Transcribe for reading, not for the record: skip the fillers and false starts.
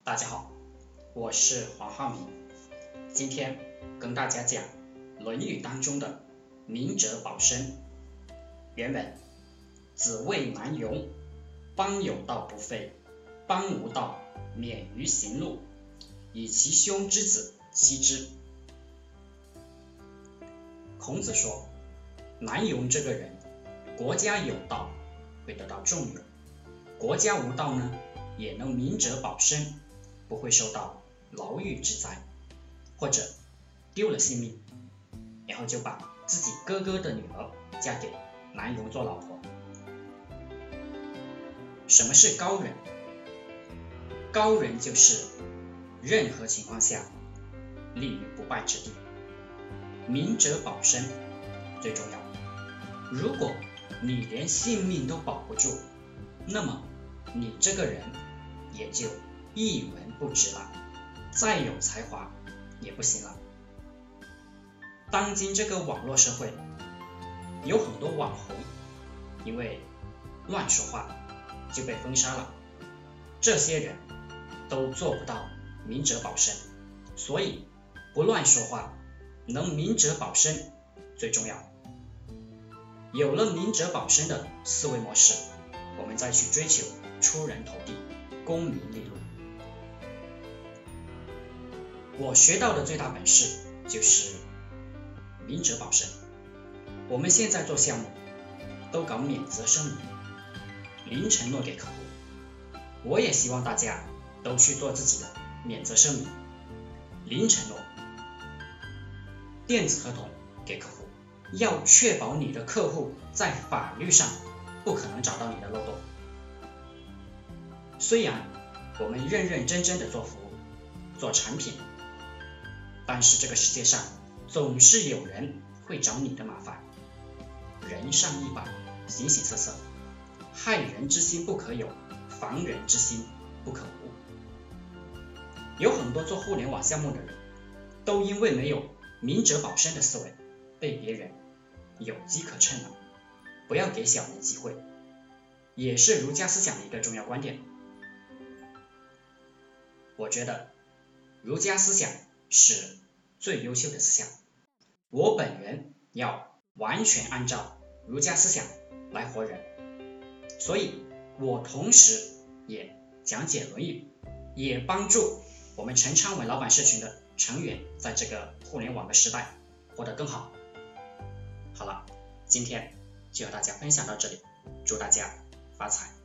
大家好，我是黄浩明，今天跟大家讲《论语》当中的明哲保身。原文：子谓南庸，邦有道不废，邦无道免于行路，以其兄之子欺之。孔子说，南庸这个人，国家有道会得到重用，国家无道呢，也能明哲保身，不会受到牢狱之灾，或者丢了性命，然后就把自己哥哥的女儿嫁给南庸做老婆。什么是高人？高人就是任何情况下立于不败之地，明哲保身最重要。如果你连性命都保不住，那么你这个人也就一文不值了，再有才华也不行了。当今这个网络社会，有很多网红因为乱说话就被封杀了，这些人都做不到明哲保身，所以不乱说话，能明哲保身最重要。有了明哲保身的思维模式，我们再去追求出人头地、功名利禄。我学到的最大本事就是明哲保身。我们现在做项目都搞免责声明，零承诺给客户。我也希望大家都去做自己的免责声明，零承诺。电子合同给客户，要确保你的客户在法律上不可能找到你的漏洞。虽然我们认认真真的做服务、做产品，但是这个世界上总是有人会找你的麻烦。人上一百，形形色色，害人之心不可有，防人之心不可无。有很多做互联网项目的人，都因为没有明哲保身的思维，被别人有机可乘了。不要给小人机会，也是儒家思想的一个重要观点。我觉得儒家思想是最优秀的思想，我本人要完全按照儒家思想来活人，所以我同时也讲解《论语》，也帮助我们陈昌文老板社群的成员在这个互联网的时代活得更好。好了，今天就和大家分享到这里，祝大家发财。